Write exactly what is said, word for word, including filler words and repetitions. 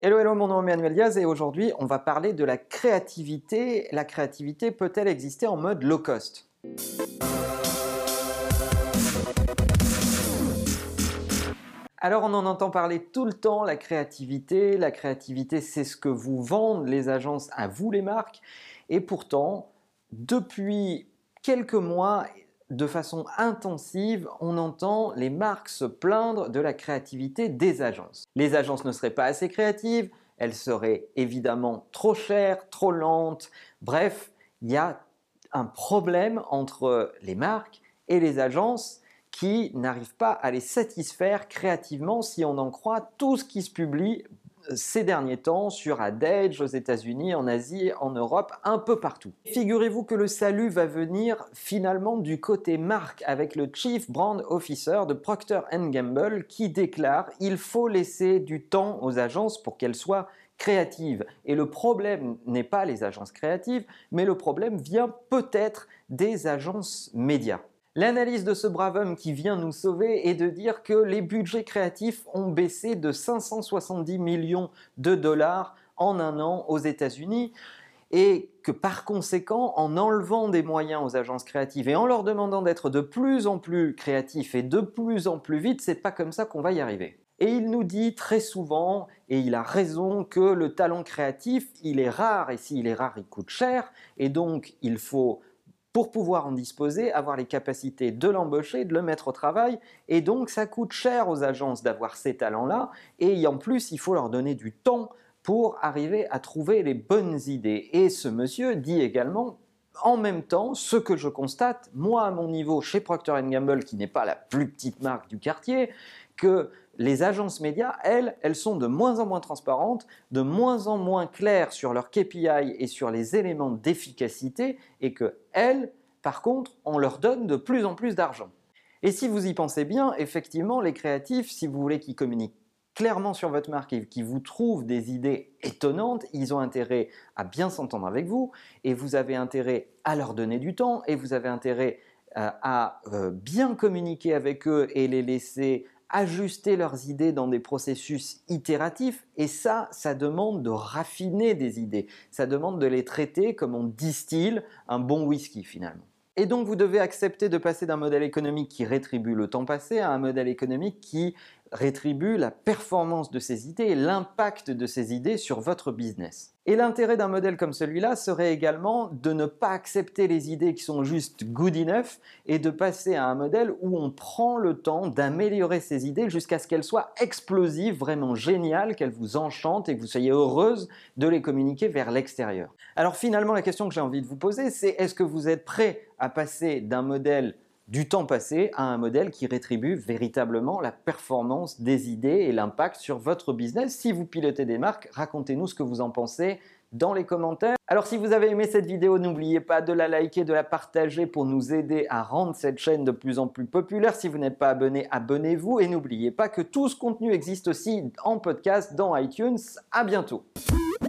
Hello, hello, mon nom est Emmanuel Diaz et aujourd'hui on va parler de la créativité. La créativité peut-elle exister en mode low cost? Alors on en entend parler tout le temps, la créativité. La créativité, c'est ce que vous vendent les agences à vous les marques. Et pourtant, depuis quelques mois, de façon intensive, on entend les marques se plaindre de la créativité des agences. Les agences ne seraient pas assez créatives, elles seraient évidemment trop chères, trop lentes. Bref, il y a un problème entre les marques et les agences qui n'arrivent pas à les satisfaire créativement si on en croit tout ce qui se publie ces derniers temps sur Ad Age, aux États-Unis, en Asie, en Europe, un peu partout. Figurez-vous que le salut va venir finalement du côté marque avec le Chief Brand Officer de Procter and Gamble qui déclare « Il faut laisser du temps aux agences pour qu'elles soient créatives ». Et le problème n'est pas les agences créatives, mais le problème vient peut-être des agences médias. L'analyse de ce brave homme qui vient nous sauver est de dire que les budgets créatifs ont baissé de cinq cent soixante-dix millions de dollars en un an aux États-Unis et que par conséquent, en enlevant des moyens aux agences créatives et en leur demandant d'être de plus en plus créatifs et de plus en plus vite, c'est pas comme ça qu'on va y arriver. Et il nous dit très souvent, et il a raison, que le talent créatif, il est rare et s'il est rare, il coûte cher et donc il faut, pour pouvoir en disposer, avoir les capacités de l'embaucher, de le mettre au travail, et donc ça coûte cher aux agences d'avoir ces talents-là, et en plus il faut leur donner du temps pour arriver à trouver les bonnes idées. Et ce monsieur dit également, en même temps, ce que je constate, moi à mon niveau chez Procter and Gamble, qui n'est pas la plus petite marque du quartier, que les agences médias, elles, elles sont de moins en moins transparentes, de moins en moins claires sur leurs K P I et sur les éléments d'efficacité et que elles, par contre, on leur donne de plus en plus d'argent. Et si vous y pensez bien, effectivement, les créatifs, si vous voulez qu'ils communiquent clairement sur votre marque et qu'ils vous trouvent des idées étonnantes, ils ont intérêt à bien s'entendre avec vous et vous avez intérêt à leur donner du temps et vous avez intérêt euh, à euh, bien communiquer avec eux et les laisser ajuster leurs idées dans des processus itératifs et ça, ça demande de raffiner des idées, ça demande de les traiter comme on distille un bon whisky finalement. Et donc vous devez accepter de passer d'un modèle économique qui rétribue le temps passé à un modèle économique qui rétribue la performance de ces idées et l'impact de ces idées sur votre business. Et l'intérêt d'un modèle comme celui-là serait également de ne pas accepter les idées qui sont juste good enough et de passer à un modèle où on prend le temps d'améliorer ces idées jusqu'à ce qu'elles soient explosives, vraiment géniales, qu'elles vous enchantent et que vous soyez heureuse de les communiquer vers l'extérieur. Alors finalement, la question que j'ai envie de vous poser, c'est est-ce que vous êtes prêt à passer d'un modèle du temps passé à un modèle qui rétribue véritablement la performance des idées et l'impact sur votre business? Si vous pilotez des marques, racontez-nous ce que vous en pensez dans les commentaires. Alors si vous avez aimé cette vidéo, n'oubliez pas de la liker, de la partager pour nous aider à rendre cette chaîne de plus en plus populaire. Si vous n'êtes pas abonné, abonnez-vous et n'oubliez pas que tout ce contenu existe aussi en podcast dans iTunes. À bientôt.